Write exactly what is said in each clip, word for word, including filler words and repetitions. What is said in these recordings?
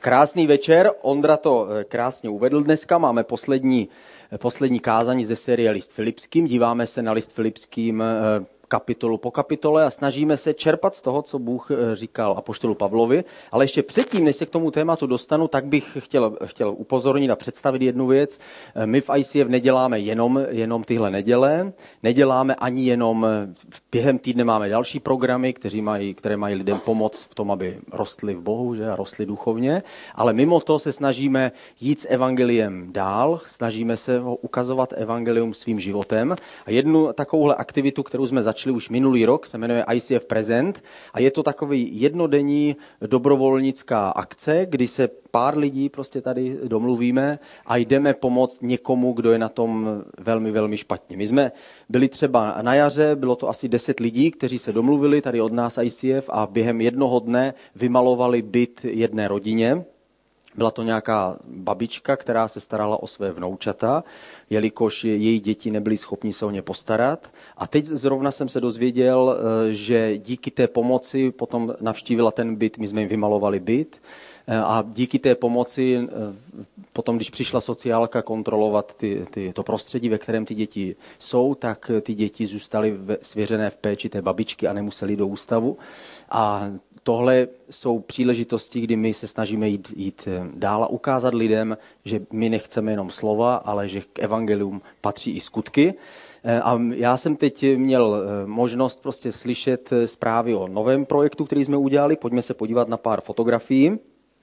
Krásný večer, Ondra to krásně uvedl dneska, máme poslední, poslední kázání ze série List Filipským, díváme se na List Filipským kapitolu po kapitole a snažíme se čerpat z toho, co Bůh říkal apoštolu Pavlovi. Ale ještě předtím, než se k tomu tématu dostanu, tak bych chtěl, chtěl upozornit a představit jednu věc. My v I C F neděláme jenom, jenom tyhle neděle, neděláme ani jenom, během týdne máme další programy, kteří mají, které mají lidem pomoct v tom, aby rostli v Bohu, že, a rostli duchovně, ale mimo to se snažíme jít s evangeliem dál, snažíme se ho ukazovat evangelium svým životem. A jednu takovouhle aktivitu, kterou jsme začali už minulý rok, se jmenuje I C F Present a je to takový jednodenní dobrovolnická akce, kdy se pár lidí prostě tady domluvíme a jdeme pomoct někomu, kdo je na tom velmi, velmi špatně. My jsme byli třeba na jaře, bylo to asi deset lidí, kteří se domluvili tady od nás I C F a během jednoho dne vymalovali byt jedné rodině. Byla to nějaká babička, která se starala o své vnoučata, jelikož její děti nebyly schopni se o ně postarat. A teď zrovna jsem se dozvěděl, že díky té pomoci potom navštívila ten byt, my jsme jim vymalovali byt, a díky té pomoci potom, když přišla sociálka kontrolovat ty, ty, to prostředí, ve kterém ty děti jsou, tak ty děti zůstaly svěřené v péči té babičky a nemuseli do ústavu. A tohle jsou příležitosti, kdy my se snažíme jít, jít dál a ukázat lidem, že my nechceme jenom slova, ale že k evangelium patří i skutky. A já jsem teď měl možnost prostě slyšet zprávy o novém projektu, který jsme udělali. Pojďme se podívat na pár fotografií.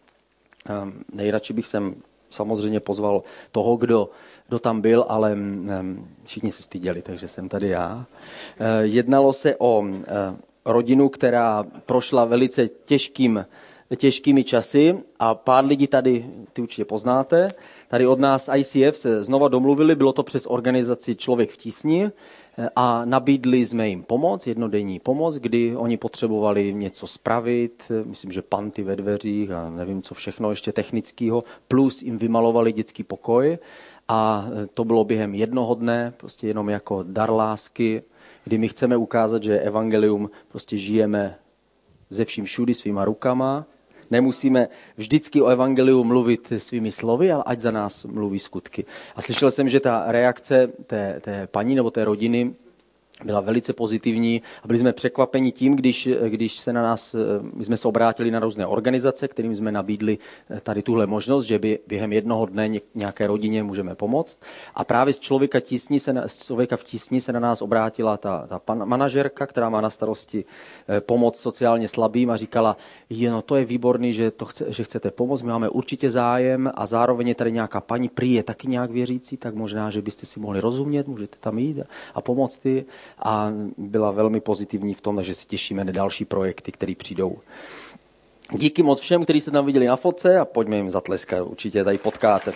Nejradši bych sem samozřejmě pozval toho, kdo, kdo tam byl, ale všichni se styděli, takže jsem tady já. Jednalo se o rodinu, která prošla velice těžkým, těžkými časy a pár lidí tady, ty určitě poznáte, tady od nás I C F se znova domluvili, bylo to přes organizaci Člověk v tísni a nabídli jsme jim pomoc, jednodenní pomoc, kdy oni potřebovali něco spravit, myslím, že panty ve dveřích a nevím, co všechno ještě technického, plus jim vymalovali dětský pokoj a to bylo během jednoho dne, prostě jenom jako dar lásky, kdy my chceme ukázat, že evangelium prostě žijeme ze vším všudy svýma rukama. Nemusíme vždycky o evangeliu mluvit svými slovy, ale ať za nás mluví skutky. A slyšel jsem, že ta reakce té, té paní nebo té rodiny byla velice pozitivní a byli jsme překvapeni tím, když, když se na nás, my jsme se obrátili na různé organizace, kterým jsme nabídli tady tuhle možnost, že by během jednoho dne nějaké rodině můžeme pomoct. A právě z člověka, tísni se na, z člověka v tísni se na nás obrátila ta, ta pan, manažerka, která má na starosti pomoc sociálně slabým a říkala, no to je výborný, že, to chce, že chcete pomoct, my máme určitě zájem a zároveň je tady nějaká paní, prý je taky nějak věřící, tak možná, že byste si mohli rozumět, můžete tam jít a pomoct jí. A byla velmi pozitivní v tom, že si těšíme na další projekty, které přijdou. Díky moc všem, kteří jste tam viděli na fotce a pojďme jim zatleskat, určitě tady potkáte.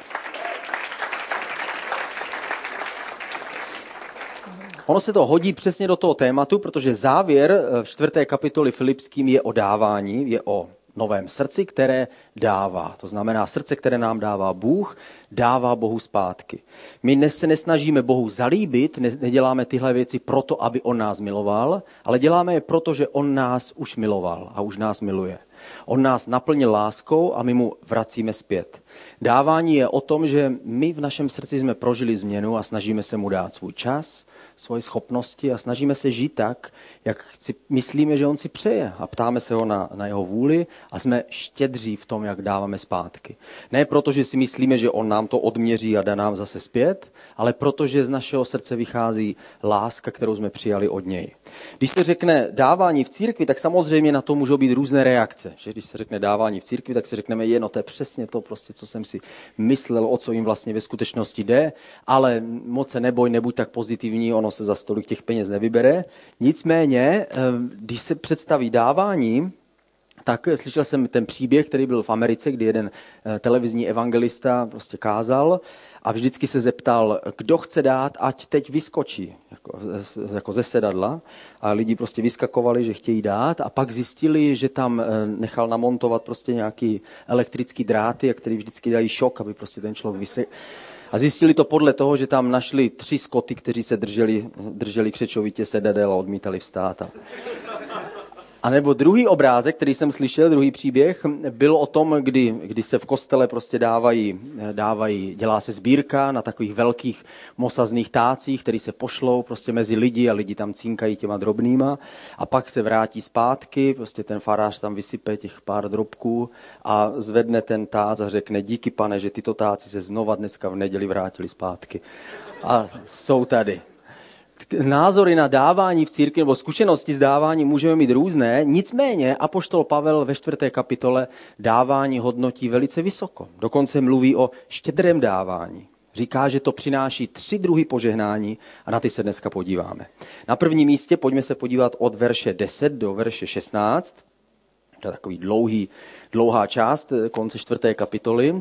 Ono se to hodí přesně do toho tématu, protože závěr v čtvrté kapitoly Filipským je o dávání, je o novém srdci, které dává. To znamená srdce, které nám dává Bůh, dává Bohu zpátky. My se nesnažíme Bohu zalíbit, neděláme tyhle věci proto, aby on nás miloval, ale děláme je proto, že on nás už miloval a už nás miluje. On nás naplnil láskou a my mu vracíme zpět. Dávání je o tom, že my v našem srdci jsme prožili změnu a snažíme se mu dát svůj čas, svoje schopnosti a snažíme se žít tak, jak si myslíme, že on si přeje. A ptáme se ho na, na jeho vůli a jsme štědří v tom, jak dáváme zpátky. Ne proto, že si myslíme, že on nám to odměří a dá nám zase zpět, ale protože z našeho srdce vychází láska, kterou jsme přijali od něj. Když se řekne dávání v církvi, tak samozřejmě na to můžou být různé reakce. Že když se řekne dávání v církvi, tak si řekneme, je, no to je přesně to, prostě, co jsem si myslel, o co jim vlastně ve skutečnosti jde, ale moc se neboj, nebuď tak pozitivní, ono se za tolik těch peněz nevybere. Nicméně, když se představí dávání, tak slyšel jsem ten příběh, který byl v Americe, kdy jeden televizní evangelista prostě kázal a vždycky se zeptal, kdo chce dát, ať teď vyskočí jako, jako ze sedadla. A lidi prostě vyskakovali, že chtějí dát a pak zjistili, že tam nechal namontovat prostě nějaký elektrický dráty, který vždycky dají šok, aby prostě ten člověk vysek. A zjistili to podle toho, že tam našli tři skoty, kteří se drželi, drželi křečovitě sedadel a odmítali vstát. A A nebo druhý obrázek, který jsem slyšel, druhý příběh, byl o tom, kdy, kdy se v kostele prostě dávají, dávají, dělá se sbírka na takových velkých mosazných tácích, který se pošlou prostě mezi lidi a lidi tam cínkají těma drobnýma a pak se vrátí zpátky, prostě ten farář tam vysype těch pár drobků a zvedne ten tác a řekne díky pane, že tyto táci se znova dneska v neděli vrátili zpátky. A jsou tady. Názory na dávání v církvi nebo zkušenosti s dáváním můžeme mít různé, nicméně apoštol Pavel ve čtvrté kapitole dávání hodnotí velice vysoko. Dokonce mluví o štědrém dávání. Říká, že to přináší tři druhy požehnání a na ty se dneska podíváme. Na prvním místě pojďme se podívat od verše deset do verše šestnáct. To je takový dlouhý, dlouhá část konce čtvrté kapitoly.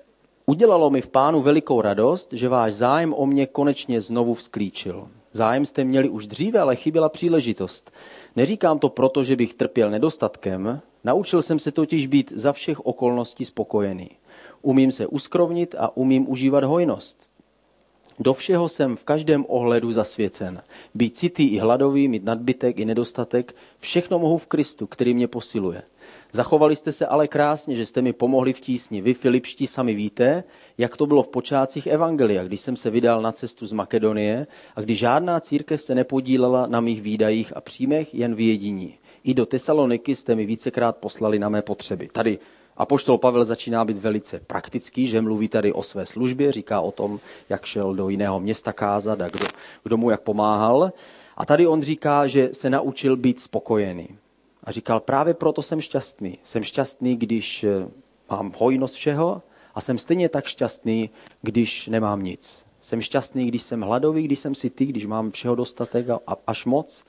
Udělalo mi v Pánu velikou radost, že váš zájem o mě konečně znovu vzklíčil. Zájem jste měli už dříve, ale chyběla příležitost. Neříkám to proto, že bych trpěl nedostatkem, naučil jsem se totiž být za všech okolností spokojený. Umím se uskrovnit a umím užívat hojnost. Do všeho jsem v každém ohledu zasvěcen. Být sytý i hladový, mít nadbytek i nedostatek, všechno mohu v Kristu, který mě posiluje. Zachovali jste se ale krásně, že jste mi pomohli v tísni. Vy, Filipští, sami víte, jak to bylo v počátcích evangelia, když jsem se vydal na cestu z Makedonie a kdy žádná církev se nepodílela na mých výdajích a příjmech, jen v jediní. I do Tesaloniky jste mi vícekrát poslali na mé potřeby. Tady apoštol Pavel začíná být velice praktický, že mluví tady o své službě, říká o tom, jak šel do jiného města kázat a kdo, kdo mu jak pomáhal. A tady on říká, že se naučil být spokojený. A říkal, právě proto jsem šťastný. Jsem šťastný, když mám hojnost všeho a jsem stejně tak šťastný, když nemám nic. Jsem šťastný, když jsem hladový, když jsem sytý, když mám všeho dostatek a až moc.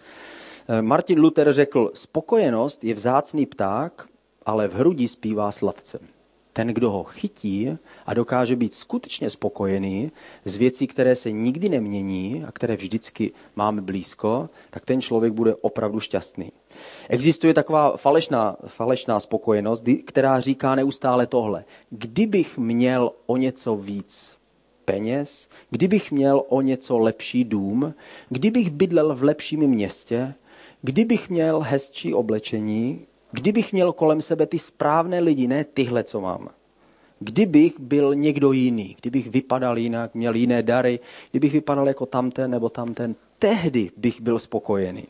Martin Luther řekl, spokojenost je vzácný pták, ale v hrudi zpívá sladce. Ten, kdo ho chytí a dokáže být skutečně spokojený z věcí, které se nikdy nemění a které vždycky máme blízko, tak ten člověk bude opravdu šťastný. Existuje taková falešná, falešná spokojenost, která říká neustále tohle. Kdybych měl o něco víc peněz, kdybych měl o něco lepší dům, kdybych bydlel v lepším městě, kdybych měl hezčí oblečení, kdybych měl kolem sebe ty správné lidi, ne tyhle, co mám. Kdybych byl někdo jiný, kdybych vypadal jinak, měl jiné dary, kdybych vypadal jako tamten nebo tamten, tehdy bych byl spokojený.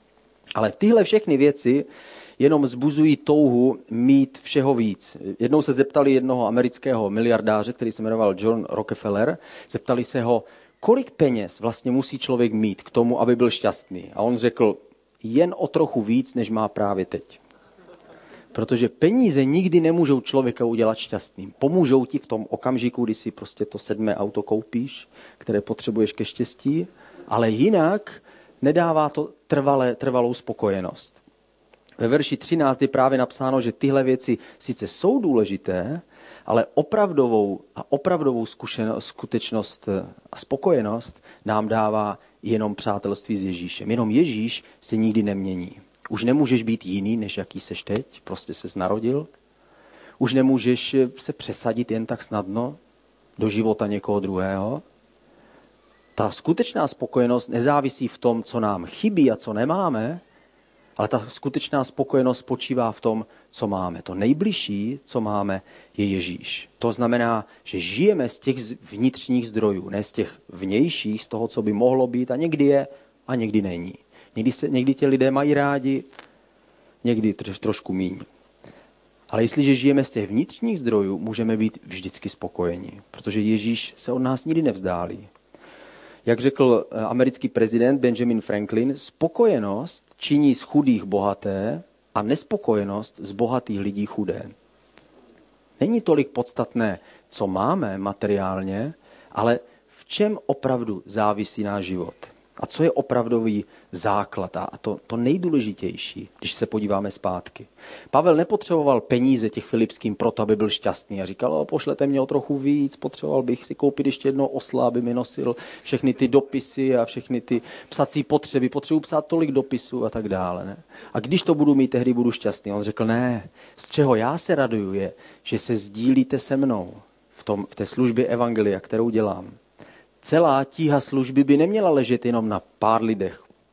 Ale tyhle všechny věci jenom vzbuzují touhu mít všeho víc. Jednou se zeptali jednoho amerického miliardáře, který se jmenoval John Rockefeller, zeptali se ho, kolik peněz vlastně musí člověk mít k tomu, aby byl šťastný. A on řekl, jen o trochu víc, než má právě teď. Protože peníze nikdy nemůžou člověka udělat šťastným. Pomůžou ti v tom okamžiku, kdy si prostě to sedmé auto koupíš, které potřebuješ ke štěstí, ale jinak nedává to trvalé, trvalou spokojenost. Ve verši třináct je právě napsáno, že tyhle věci sice jsou důležité, ale opravdovou a opravdovou zkušenost, skutečnost a spokojenost nám dává jenom přátelství s Ježíšem. Jenom Ježíš se nikdy nemění. Už nemůžeš být jiný, než jaký seš teď, prostě ses narodil. Už nemůžeš se přesadit jen tak snadno do života někoho druhého. Ta skutečná spokojenost nezávisí v tom, co nám chybí a co nemáme, ale ta skutečná spokojenost spočívá v tom, co máme. To nejbližší, co máme, je Ježíš. To znamená, že žijeme z těch vnitřních zdrojů, ne z těch vnějších, z toho, co by mohlo být a někdy je a někdy není. Někdy, se, někdy tě lidé mají rádi, někdy troš, trošku míň. Ale jestliže žijeme z těch vnitřních zdrojů, můžeme být vždycky spokojeni, protože Ježíš se od nás nikdy nevzdálí. Jak řekl americký prezident Benjamin Franklin, spokojenost činí z chudých bohaté a nespokojenost z bohatých lidí chudé. Není tolik podstatné, co máme materiálně, ale v čem opravdu závisí náš život. A co je opravdový základ a to, to nejdůležitější, když se podíváme zpátky. Pavel nepotřeboval peníze těch Filipským proto, aby byl šťastný a říkal, o, pošlete mě o trochu víc, potřeboval bych si koupit ještě jedno osla, aby mi nosil všechny ty dopisy a všechny ty psací potřeby, potřebuji psát tolik dopisů a tak dále. Ne? A když to budu mít, tehdy budu šťastný. On řekl, ne, z čeho já se raduju je, že se sdílíte se mnou v, tom, v té službě evangelia, kterou dělám. Celá tíha služby by neměla ležet jenom na pár lidech.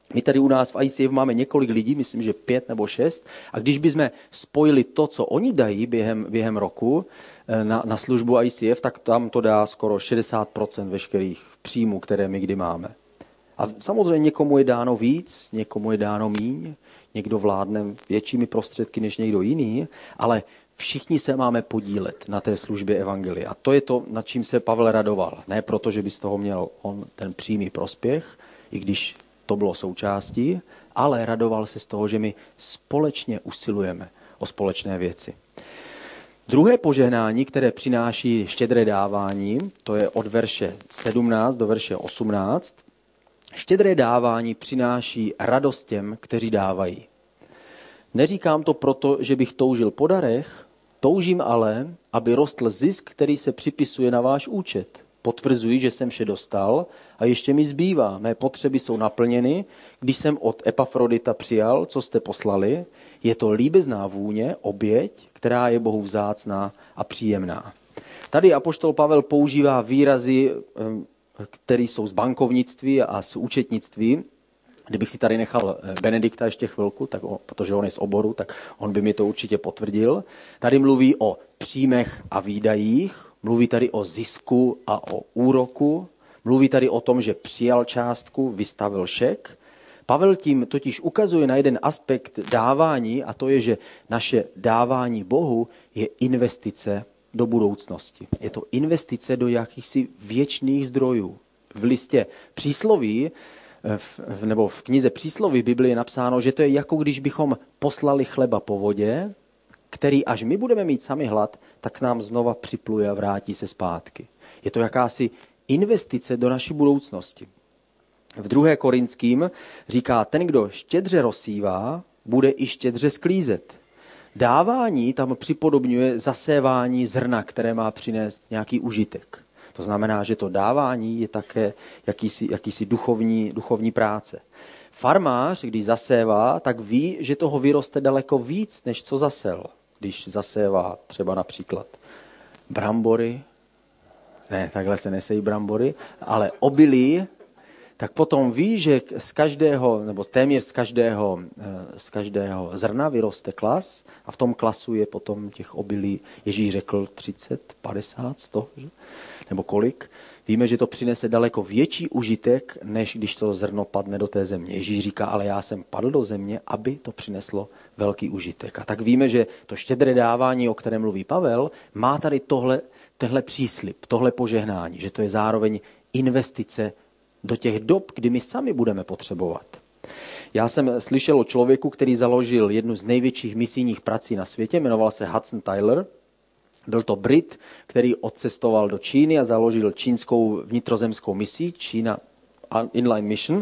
My tady u nás v I C F máme několik lidí, myslím, že pět nebo šest, a když bychom spojili to, co oni dají během, během roku na, na službu I C F, tak tam to dá skoro šedesát procent veškerých příjmů, které my kdy máme. A samozřejmě někomu je dáno víc, někomu je dáno míň, někdo vládne většími prostředky než někdo jiný, ale všichni se máme podílet na té službě evangelia. A to je to, nad čím se Pavel radoval. Ne proto, že by z toho měl on ten přímý prospěch, i když to bylo součástí, ale radoval se z toho, že my společně usilujeme o společné věci. Druhé požehnání, které přináší štědré dávání, to je od verše sedmnáct do verše osmnáct. Štědré dávání přináší radost těm, kteří dávají. Neříkám to proto, že bych toužil po darech, toužím ale, aby rostl zisk, který se připisuje na váš účet. Potvrzuji, že jsem vše dostal a ještě mi zbývá. Mé potřeby jsou naplněny, když jsem od Epafrodita přijal, co jste poslali. Je to líbezná vůně, oběť, která je Bohu vzácná a příjemná. Tady apoštol Pavel používá výrazy, které jsou z bankovnictví a z účetnictví. Kdybych si tady nechal Benedikta ještě chvilku, tak on, protože on je z oboru, tak on by mi to určitě potvrdil. Tady mluví o příjmech a výdajích, mluví tady o zisku a o úroku, mluví tady o tom, že přijal částku, vystavil šek. Pavel tím totiž ukazuje na jeden aspekt dávání, a to je, že naše dávání Bohu je investice do budoucnosti. Je to investice do jakýchsi věčných zdrojů. V listě přísloví, v, nebo v knize Přísloví Bibli je napsáno, že to je jako když bychom poslali chleba po vodě, který až my budeme mít sami hlad, tak nám znova připluje a vrátí se zpátky. Je to jakási investice do naší budoucnosti. V druhé Korinským říká, ten, kdo štědře rozsívá, bude i štědře sklízet. Dávání tam připodobňuje zasévání zrna, které má přinést nějaký užitek. To znamená, že to dávání je také jakýsi, jakýsi duchovní, duchovní práce. Farmář, když zasévá, tak ví, že toho vyroste daleko víc, než co zasel. Když zasévá třeba například brambory, ne, takhle se nesejí brambory, ale obilí, tak potom ví, že z každého, nebo téměř z každého, z každého zrna vyroste klas a v tom klasu je potom těch obilí, Ježíš řekl třicet, padesát, sto, nebo kolik. Víme, že to přinese daleko větší užitek, než když to zrno padne do té země. Ježíš říká, ale já jsem padl do země, aby to přineslo velký užitek. A tak víme, že to štědré dávání, o kterém mluví Pavel, má tady tohle, tehle příslib, tohle požehnání, že to je zároveň investice do těch dob, kdy my sami budeme potřebovat. Já jsem slyšel o člověku, který založil jednu z největších misijních prací na světě, jmenoval se Hudson Taylor. Byl to Brit, který odcestoval do Číny a založil čínskou vnitrozemskou misi, China Inline Mission,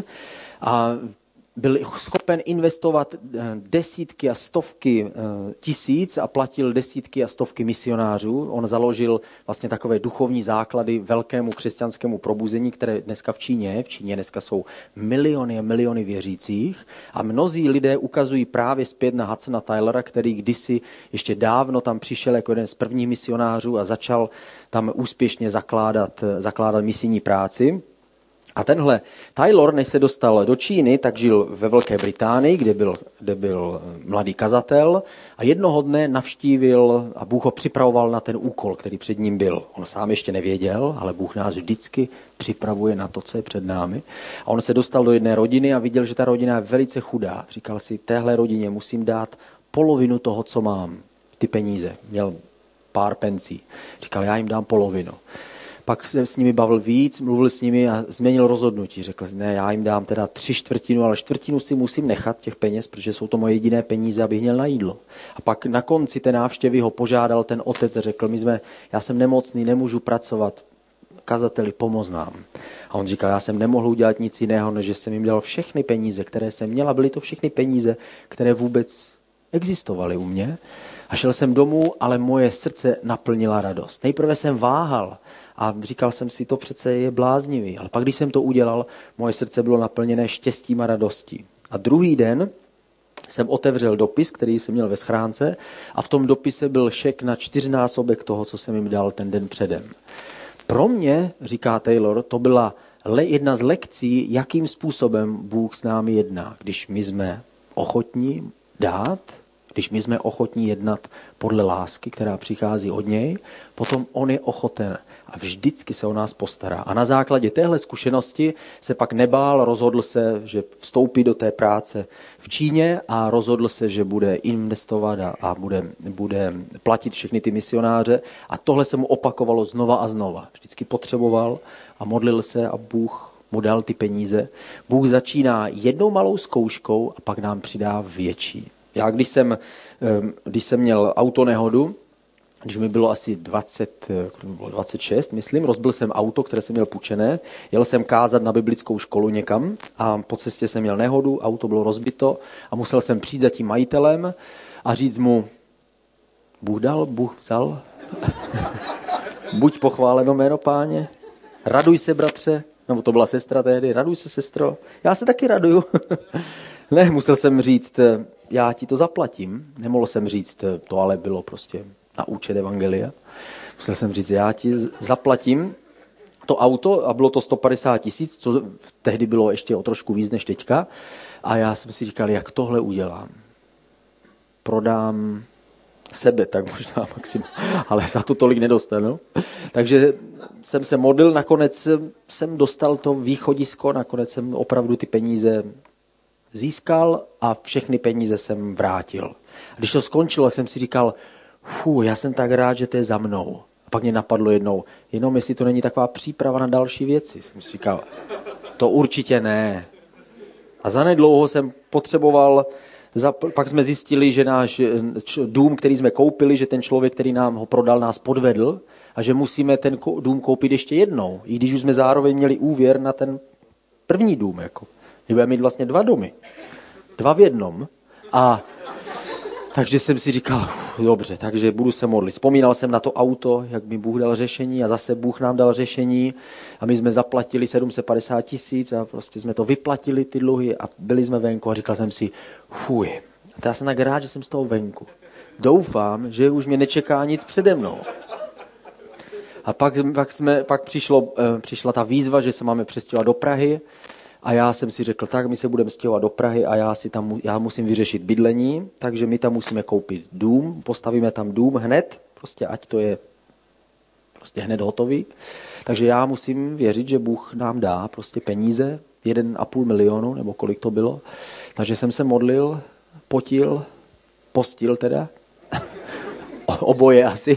a byl schopen investovat desítky a stovky tisíc a platil desítky a stovky misionářů. On založil vlastně takové duchovní základy velkému křesťanskému probuzení, které dneska v Číně je. V Číně dneska jsou miliony a miliony věřících a mnozí lidé ukazují právě zpět na Hudsona Taylora, který kdysi ještě dávno tam přišel jako jeden z prvních misionářů a začal tam úspěšně zakládat, zakládat misijní práci. A tenhle Taylor, než se dostal do Číny, tak žil ve Velké Británii, kde byl, kde byl mladý kazatel a jednoho dne navštívil a Bůh ho připravoval na ten úkol, který před ním byl. On sám ještě nevěděl, ale Bůh nás vždycky připravuje na to, co je před námi. A on se dostal do jedné rodiny a viděl, že ta rodina je velice chudá. Říkal si, téhle rodině musím dát polovinu toho, co mám, ty peníze. Měl pár pencí. Říkal, já jim dám polovinu. Pak se s nimi bavil víc, mluvil s nimi a změnil rozhodnutí. Řekl, ne, já jim dám teda tři čtvrtinu, ale čtvrtinu si musím nechat těch peněz, protože jsou to moje jediné peníze, abych měl na jídlo. A pak na konci té návštěvy ho požádal ten otec a řekl, my jsme, já jsem nemocný, nemůžu pracovat, kazateli, pomoz nám. A on říkal, já jsem nemohl udělat nic jiného, než že jsem jim dal všechny peníze, které jsem měl, a byly to všechny peníze, které vůbec existovaly u mě. A šel jsem domů, ale moje srdce naplnila radost. Nejprve jsem váhal a říkal jsem si, to přece je bláznivý. Ale pak, když jsem to udělal, moje srdce bylo naplněné štěstím a radostí. A druhý den jsem otevřel dopis, který jsem měl ve schránce, a v tom dopise byl šek na čtyřnásobek toho, co jsem jim dal ten den předem. Pro mě, říká Taylor, to byla le, jedna z lekcí, jakým způsobem Bůh s námi jedná. Když my jsme ochotní dát, když my jsme ochotní jednat podle lásky, která přichází od něj, potom on je ochoten a vždycky se o nás postará. A na základě téhle zkušenosti se pak nebál, rozhodl se, že vstoupí do té práce v Číně a rozhodl se, že bude investovat a, a bude, bude platit všechny ty misionáře. A tohle se mu opakovalo znova a znova. Vždycky potřeboval a modlil se a Bůh mu dal ty peníze. Bůh začíná jednou malou zkouškou a pak nám přidá větší. Já když jsem, když jsem měl autonehodu, když mi bylo asi dvacet, dvacet šest, myslím, rozbil jsem auto, které jsem měl půjčené, jel jsem kázat na biblickou školu někam a po cestě jsem měl nehodu, auto bylo rozbito a musel jsem přijít za tím majitelem a říct mu, Bůh dal, Bůh vzal, buď pochváleno jméno Páně, raduj se, bratře, nebo to byla sestra tehdy, raduj se, sestro, já se taky raduju. Ne, musel jsem říct, já ti to zaplatím, nemohl jsem říct, to ale bylo prostě na účet evangelia. Musel jsem říct, já ti zaplatím to auto a bylo to sto padesát tisíc, co tehdy bylo ještě o trošku víc než teďka. A já jsem si říkal, jak tohle udělám. Prodám sebe, tak možná maximum, ale za to tolik nedostanu. Takže jsem se modlil, nakonec jsem dostal to východisko, nakonec jsem opravdu ty peníze získal a všechny peníze jsem vrátil. A když to skončilo, tak jsem si říkal, fů, já jsem tak rád, že to je za mnou. A pak mě napadlo jednou, jenom jestli to není taková příprava na další věci. Jsem si říkal, to určitě ne. A zanedlouho jsem potřeboval, za, pak jsme zjistili, že náš dům, který jsme koupili, že ten člověk, který nám ho prodal, nás podvedl a že musíme ten dům koupit ještě jednou. I když už jsme zároveň měli úvěr na ten první dům. Jako. My budeme mít vlastně dva domy. Dva v jednom. A takže jsem si říkal, dobře, takže budu se modlit. Vzpomínal jsem na to auto, jak mi Bůh dal řešení a zase Bůh nám dal řešení a my jsme zaplatili sedm set padesát tisíc a prostě jsme to vyplatili, ty dluhy a byli jsme venku a říkal jsem si, fuj, já jsem tak rád, že jsem z toho venku. Doufám, že už mě nečeká nic přede mnou. A pak, pak, jsme, pak přišlo, přišla ta výzva, že se máme přestěhovat do Prahy. A já jsem si řekl, tak my se budeme stěhovat do Prahy a já, si tam, já musím vyřešit bydlení, takže my tam musíme koupit dům, postavíme tam dům hned, prostě ať to je prostě hned hotový. Takže já musím věřit, že Bůh nám dá prostě peníze, jeden a půl milionu, nebo kolik to bylo. Takže jsem se modlil, potil, postil teda, oboje asi.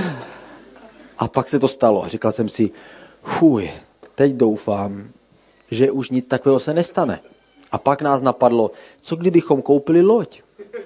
A pak se to stalo. Říkal jsem si, fuj, teď doufám, že už nic takového se nestane. A pak nás napadlo, co kdybychom koupili loď?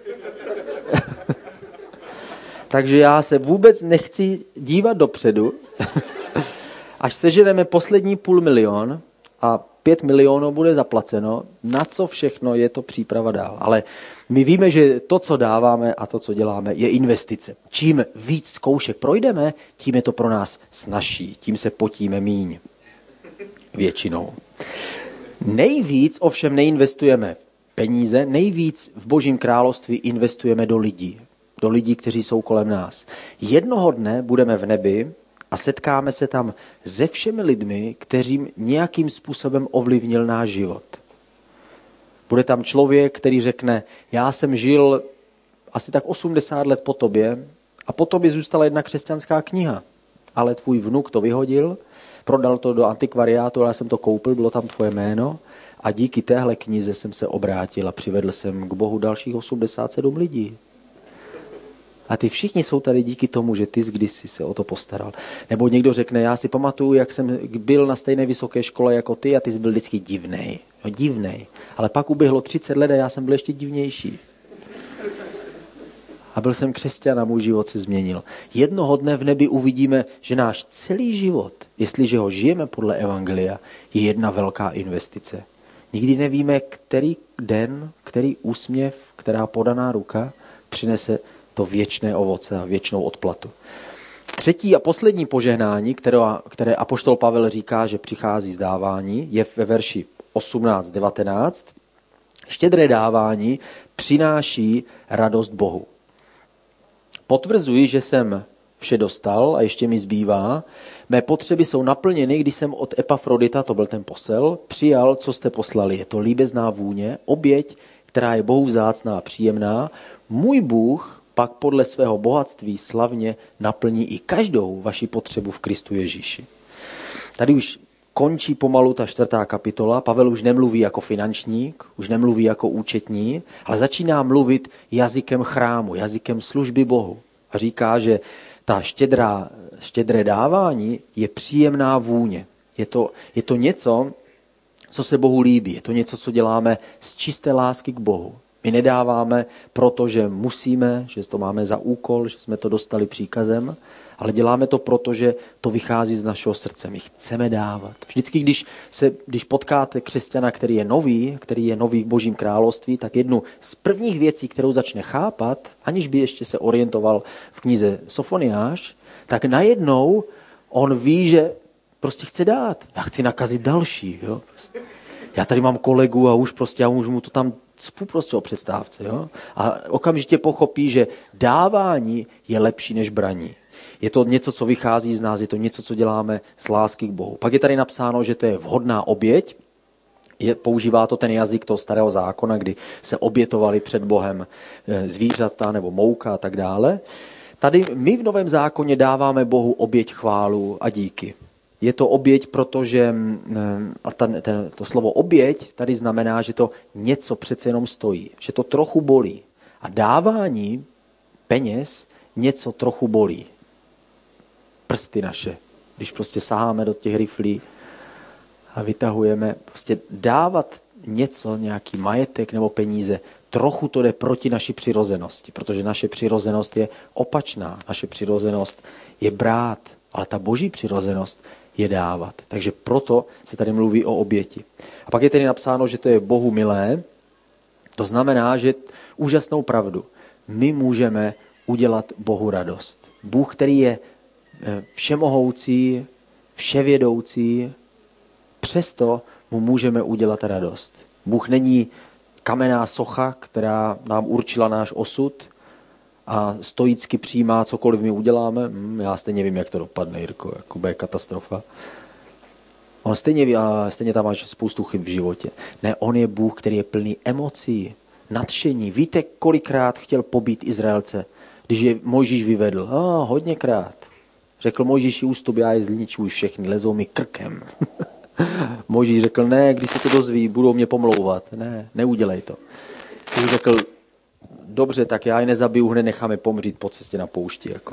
Takže já se vůbec nechci dívat dopředu, až seženeme poslední půl milion a pět milionů bude zaplaceno, na co všechno je to příprava dál. Ale my víme, že to, co dáváme a to, co děláme, je investice. Čím víc zkoušek projdeme, tím je to pro nás snazší, tím se potíme míň. Většinou. Nejvíc ovšem neinvestujeme peníze, nejvíc v Božím království investujeme do lidí. Do lidí, kteří jsou kolem nás. Jednoho dne budeme v nebi a setkáme se tam se všemi lidmi, kteří nějakým způsobem ovlivnil náš život. Bude tam člověk, který řekne, já jsem žil asi tak osmdesát let po tobě a po tobě zůstala jedna křesťanská kniha, ale tvůj vnuk to vyhodil, prodal to do antikvariátu, ale já jsem to koupil, bylo tam tvoje jméno a díky téhle knize jsem se obrátil a přivedl jsem k Bohu dalších osmdesát sedm lidí. A ty všichni jsou tady díky tomu, že ty kdysi se o to postaral. Nebo někdo řekne, já si pamatuju, jak jsem byl na stejné vysoké škole jako ty a ty jsi byl vždycky divnej. No divnej. Ale pak uběhlo třicet let a já jsem byl ještě divnější. A byl jsem křesťan a můj život se změnil. Jednoho dne v nebi uvidíme, že náš celý život, jestliže ho žijeme podle evangelia, je jedna velká investice. Nikdy nevíme, který den, který úsměv, která podaná ruka přinese to věčné ovoce a věčnou odplatu. Třetí a poslední požehnání, které, které apoštol Pavel říká, že přichází z dávání, je ve verši osmnáct devatenáct. Štědré dávání přináší radost Bohu. Potvrzuji, že jsem vše dostal a ještě mi zbývá. Mé potřeby jsou naplněny, když jsem od Epafrodita, to byl ten posel, přijal, co jste poslali. Je to líbezná vůně, oběť, která je Bohu vzácná a příjemná. Můj Bůh pak podle svého bohatství slavně naplní i každou vaši potřebu v Kristu Ježíši. Tady už končí pomalu ta čtvrtá kapitola. Pavel už nemluví jako finančník, už nemluví jako účetní, ale začíná mluvit jazykem chrámu, jazykem služby Bohu. A říká, že ta štědrá, štědré dávání je příjemná vůně. Je to, je to něco, co se Bohu líbí. Je to něco, co děláme z čisté lásky k Bohu. My nedáváme proto, že musíme, že to máme za úkol, že jsme to dostali příkazem, ale děláme to proto, že to vychází z našeho srdce. My chceme dávat. Vždycky, když, se, když potkáte křesťana, který je nový, který je nový v Božím království, tak jednu z prvních věcí, kterou začne chápat, aniž by ještě se orientoval v knize Sofoniáš, tak najednou on ví, že prostě chce dát. Já chci nakazit další. Jo? Já tady mám kolegu a už prostě já můžu mu to tam cpu prostě o přestávce. Jo? A okamžitě pochopí, že dávání je lepší než braní. Je to něco, co vychází z nás, je to něco, co děláme z lásky k Bohu. Pak je tady napsáno, že to je vhodná oběť. Je, používá to ten jazyk toho starého zákona, kdy se obětovali před Bohem zvířata nebo mouka a tak dále. Tady my v Novém zákoně dáváme Bohu oběť chválu a díky. Je to oběť, protože a ten, ten, to slovo oběť tady znamená, že to něco přece jenom stojí, že to trochu bolí. A dávání peněz něco trochu bolí. Prsty naše, když prostě saháme do těch riflí a vytahujeme, prostě dávat něco, nějaký majetek nebo peníze, trochu to jde proti naší přirozenosti, protože naše přirozenost je opačná, naše přirozenost je brát, ale ta boží přirozenost je dávat. Takže proto se tady mluví o oběti. A pak je tady napsáno, že to je Bohu milé, to znamená, že úžasnou pravdu, my můžeme udělat Bohu radost. Bůh, který je všemohoucí, vševědoucí, přesto mu můžeme udělat radost. Bůh není kamenná socha, která nám určila náš osud a stoicky přijímá cokoliv my uděláme. Hm, já stejně vím, jak to dopadne, Jirko, jako bude katastrofa. On stejně ví, a stejně tam máš spoustu chyb v životě. Ne, on je Bůh, který je plný emocí, nadšení. Víte, kolikrát chtěl pobít Izraelce, když je Mojžíš vyvedl? Ah, hodněkrát. Řekl Mojžíši, ústup, já je zničuji všechny, lezou mi krkem. Mojžíš řekl, ne, když se to dozví, budou mě pomlouvat. Ne, neudělej to. Když řekl, dobře, tak já je nezabiju, hned necháme pomřít po cestě na poušti. Jako.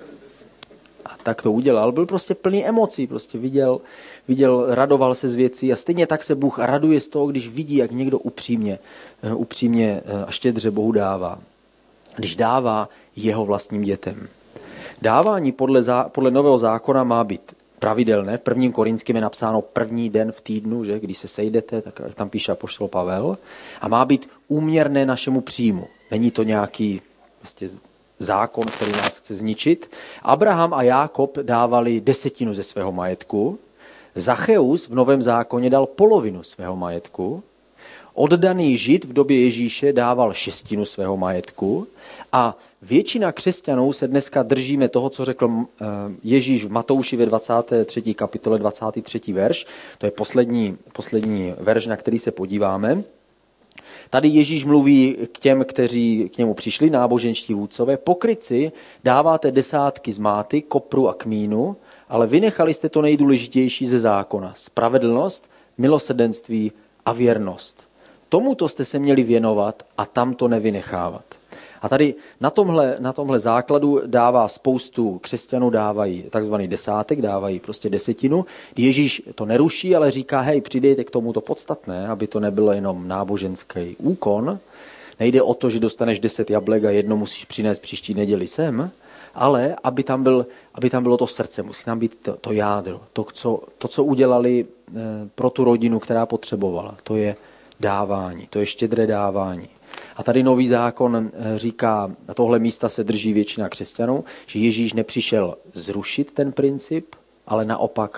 A tak to udělal. Byl prostě plný emocí, prostě viděl, viděl, radoval se z věcí a stejně tak se Bůh raduje z toho, když vidí, jak někdo upřímně, upřímně a štědře Bohu dává. Když dává jeho vlastním dětem. Dávání podle, zá, podle nového zákona má být pravidelné. V prvním Korinském je napsáno první den v týdnu, že když se sejdete, tak tam píše apoštol Pavel. A má být úměrné našemu příjmu. Není to nějaký vlastně, zákon, který nás chce zničit. Abraham a Jákob dávali desetinu ze svého majetku. Zacheus v novém zákoně dal polovinu svého majetku. Oddaný Žid v době Ježíše dával šestinu svého majetku. A většina křesťanů se dneska držíme toho, co řekl Ježíš v Matouši ve dvacáté třetí kapitole dvacátý třetí verš. To je poslední, poslední verš, na který se podíváme. Tady Ježíš mluví k těm, kteří k němu přišli, náboženští vůdcové. Pokrytci, dáváte desátky z máty, kopru a kmínu, ale vynechali jste to nejdůležitější ze zákona. Spravedlnost, milosrdenství a věrnost. Tomuto jste se měli věnovat a tam to nevynechávat. A tady na tomhle, na tomhle základu dává spoustu křesťanů, dávají takzvaný desátek, dávají prostě desetinu. Ježíš to neruší, ale říká, hej, přidejte k tomu to podstatné, aby to nebylo jenom náboženský úkon. Nejde o to, že dostaneš deset jablek a jedno musíš přinést příští neděli sem, ale aby tam, byl, aby tam bylo to srdce, musí tam být to, to jádro, to co, to, co udělali pro tu rodinu, která potřebovala. To je dávání, to je štědré dávání. A tady nový zákon říká, na tohle místa se drží většina křesťanů, že Ježíš nepřišel zrušit ten princip, ale naopak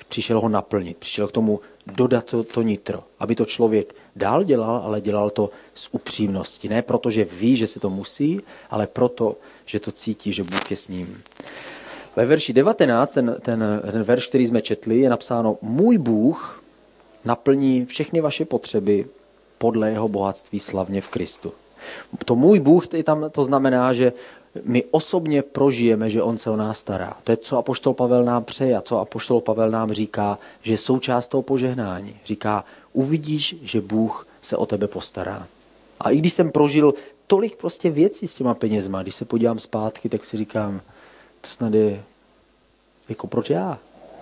přišel ho naplnit, přišel k tomu dodat to, to nitro, aby to člověk dál dělal, ale dělal to z upřímnosti. Ne proto, že ví, že se to musí, ale proto, že to cítí, že Bůh je s ním. Ve verši devatenáct, ten, ten, ten verš, který jsme četli, je napsáno: můj Bůh naplní všechny vaše potřeby podle jeho bohatství slavně v Kristu. To můj Bůh, tam to znamená, že my osobně prožijeme, že on se o nás stará. To je, co apoštol Pavel nám přeje a co apoštol Pavel nám říká, že je součást toho požehnání. Říká, uvidíš, že Bůh se o tebe postará. A i když jsem prožil tolik prostě věcí s těma penězma, když se podívám zpátky, tak si říkám, to snad je, jako proč já?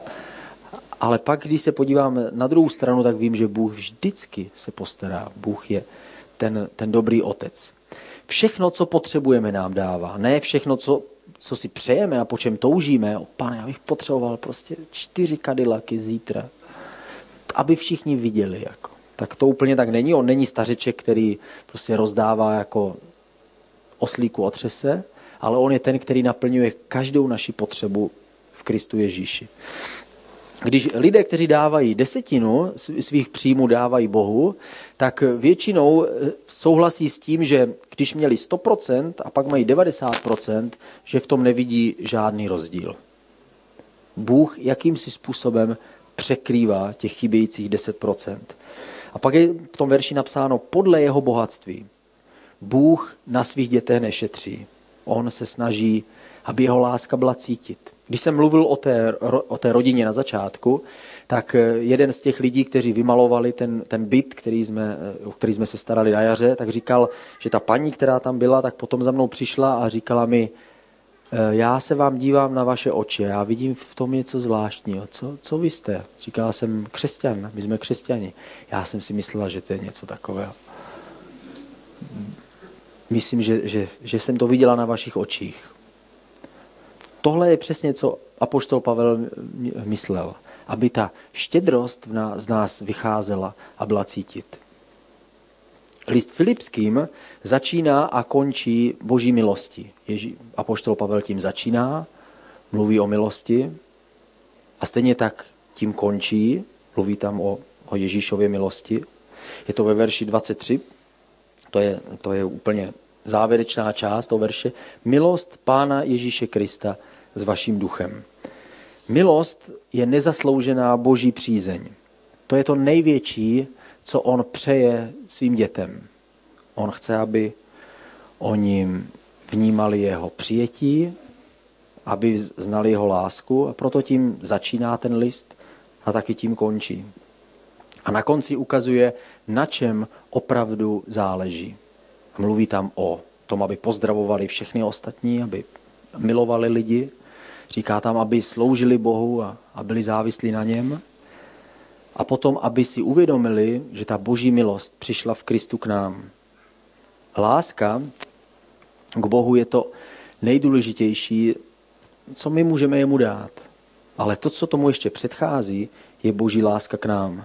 Ale pak, když se podívám na druhou stranu, tak vím, že Bůh vždycky se postará. Bůh je ten, ten dobrý otec. Všechno, co potřebujeme, nám dává. Ne všechno, co, co si přejeme a po čem toužíme. O, pane, já bych potřeboval prostě čtyři Cadillacy zítra, aby všichni viděli. Jako. Tak to úplně tak není. On není stařeček, který prostě rozdává jako oslíku otřese, ale on je ten, který naplňuje každou naši potřebu v Kristu Ježíši. Když lidé, kteří dávají desetinu svých příjmů, dávají Bohu, tak většinou souhlasí s tím, že když měli sto procent a pak mají devadesát procent, že v tom nevidí žádný rozdíl. Bůh jakýmsi způsobem překrývá těch chybějících deset procent. A pak je v tom verši napsáno podle jeho bohatství. Bůh na svých dětech nešetří. On se snaží, aby jeho láska byla cítit. Když jsem mluvil o té, o té rodině na začátku, tak jeden z těch lidí, kteří vymalovali ten, ten byt, který jsme, o který jsme se starali na jaře, tak říkal, že ta paní, která tam byla, tak potom za mnou přišla a říkala mi, já se vám dívám na vaše oči, já vidím v tom něco zvláštního. Co, co vy jste? Říkala jsem, křesťan, my jsme křesťani. Já jsem si myslela, že to je něco takového. Myslím, že, že, že jsem to viděla na vašich očích. Tohle je přesně, co apoštol Pavel myslel. Aby ta štědrost v nás, z nás vycházela a byla cítit. List Filipským začíná a končí boží milosti. Ježí, apoštol Pavel tím začíná, mluví o milosti a stejně tak tím končí, mluví tam o, o Ježíšově milosti. Je to ve verši dvacet tři, to je, to je úplně závěrečná část toho verše. Milost Pána Ježíše Krista s vaším duchem. Milost je nezasloužená boží přízeň. To je to největší, co on přeje svým dětem. On chce, aby oni vnímali jeho přijetí, aby znali jeho lásku a proto tím začíná ten list a taky tím končí. A na konci ukazuje, na čem opravdu záleží. A mluví tam o tom, aby pozdravovali všechny ostatní, aby milovali lidi. Říká tam, aby sloužili Bohu a, a byli závislí na něm. A potom, aby si uvědomili, že ta boží milost přišla v Kristu k nám. Láska k Bohu je to nejdůležitější, co my můžeme jemu dát. Ale to, co tomu ještě předchází, je boží láska k nám.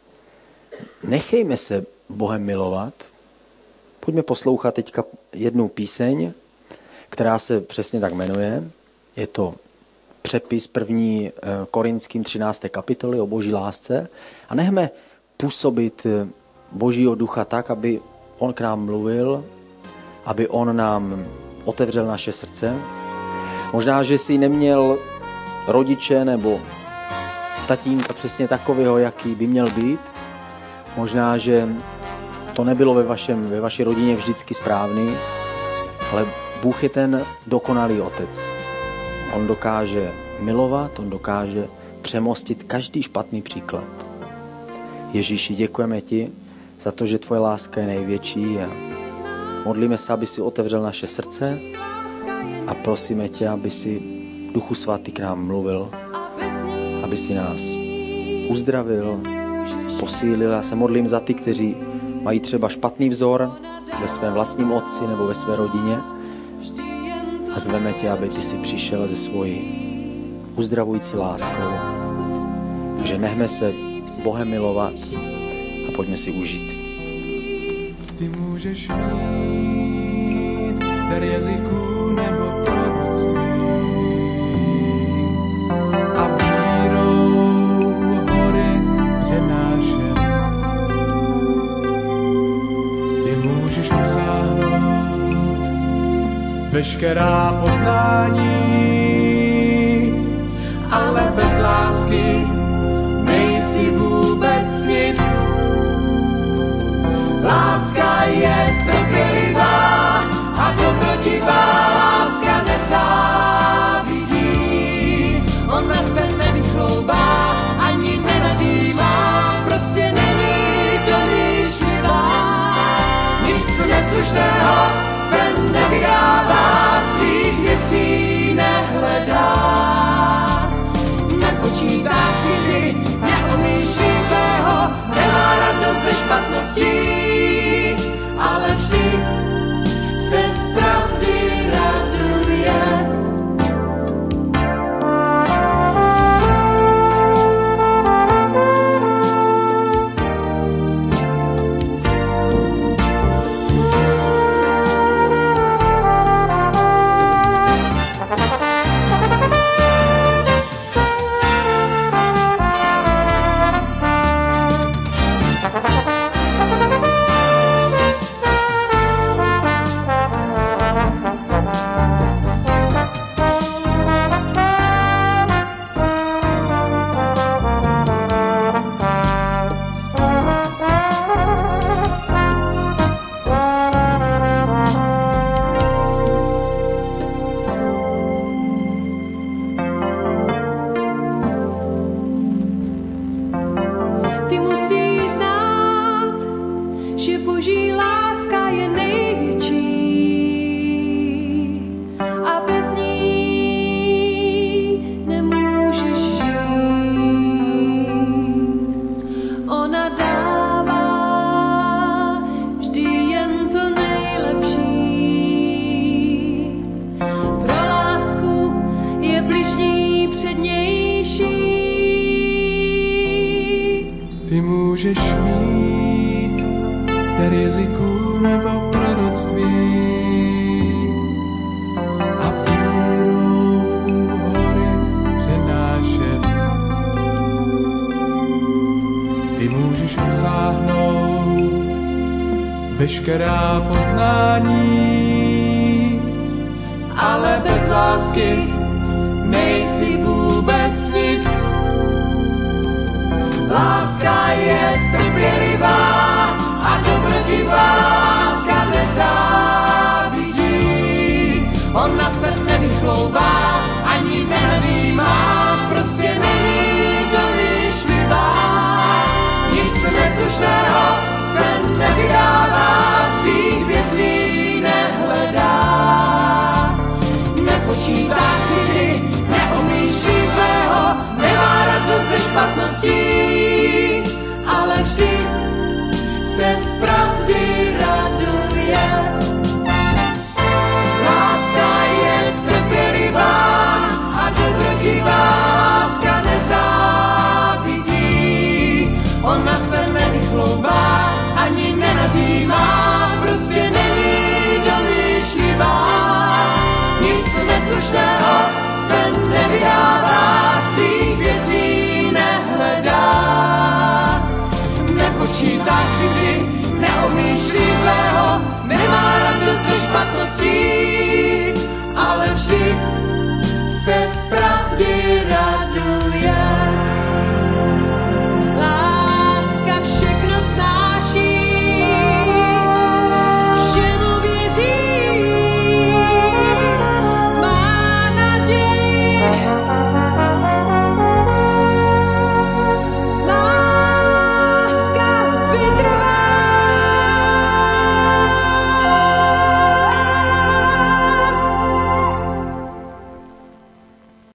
Nechejme se Bohem milovat. Pojďme poslouchat teďka jednu píseň, která se přesně tak jmenuje. Je to přepis první Korinským třinácté kapitoly o boží lásce. A nechme působit božího ducha tak, aby on k nám mluvil, aby on nám otevřel naše srdce. Možná, že jsi neměl rodiče nebo tatínka přesně takového, jaký by měl být. Možná, že to nebylo ve, vašem, ve vaší rodině vždycky správný, ale Bůh je ten dokonalý otec. On dokáže milovat, on dokáže přemostit každý špatný příklad. Ježíši, děkujeme ti za to, že tvoje láska je největší a modlíme se, aby si otevřel naše srdce a prosíme tě, aby si Duchu Svatý k nám mluvil, aby si nás uzdravil, posílil. Já se modlím za ty, kteří mají třeba špatný vzor ve svém vlastním otci nebo ve své rodině a zveme tě, aby ty si přišel se svojí uzdravující láskou. Takže nechme se Bohem milovat a pojďme si užít. Ty můžeš mít dar jazyku nebo proroctví a vírou veškerá poznání, ale bez lásky nejsi vůbec nic. Láska je trpělivá a dobrotivá, láska nezávidí. Ona se nevychloubá ani nenadývá, prostě není domýšlivá. Nic neslušného se nevydává, svých věcí nehledá. Nepočítá křivdy, neumýšlí zlého, nemá radost ze špatností, ale vždy se z pravdy raduje. Ty můžeš mít dar jazyků nebo proroctví a vírou hory přenášet. Ty můžeš obsáhnout veškerá poznání, ale bez lásky nejsi vůbec nic. Láska je trpělivá a dobrotivá, láska nezávidí. Ona se nevychloubá ani nenadýmá, prostě není domýšlivá. Nic neslušného se nevydává, svých věcí nehledá. Nepočítá křivdy, neumýšlí zlého, nemá radost ze špatností, ale vždy se z pravdy raduje. Láska je trpělivá a dobrotivá, láska nezávidí. Ona se nevychloubá ani nenadýmá, prostě není domýšlivá. Nic neslušného se nevydává, svých věcí nehledá. Nepočítá křivdy, neumýšlí zlého, nemá radost ze špatností, ale vždy se z pravdy raduje.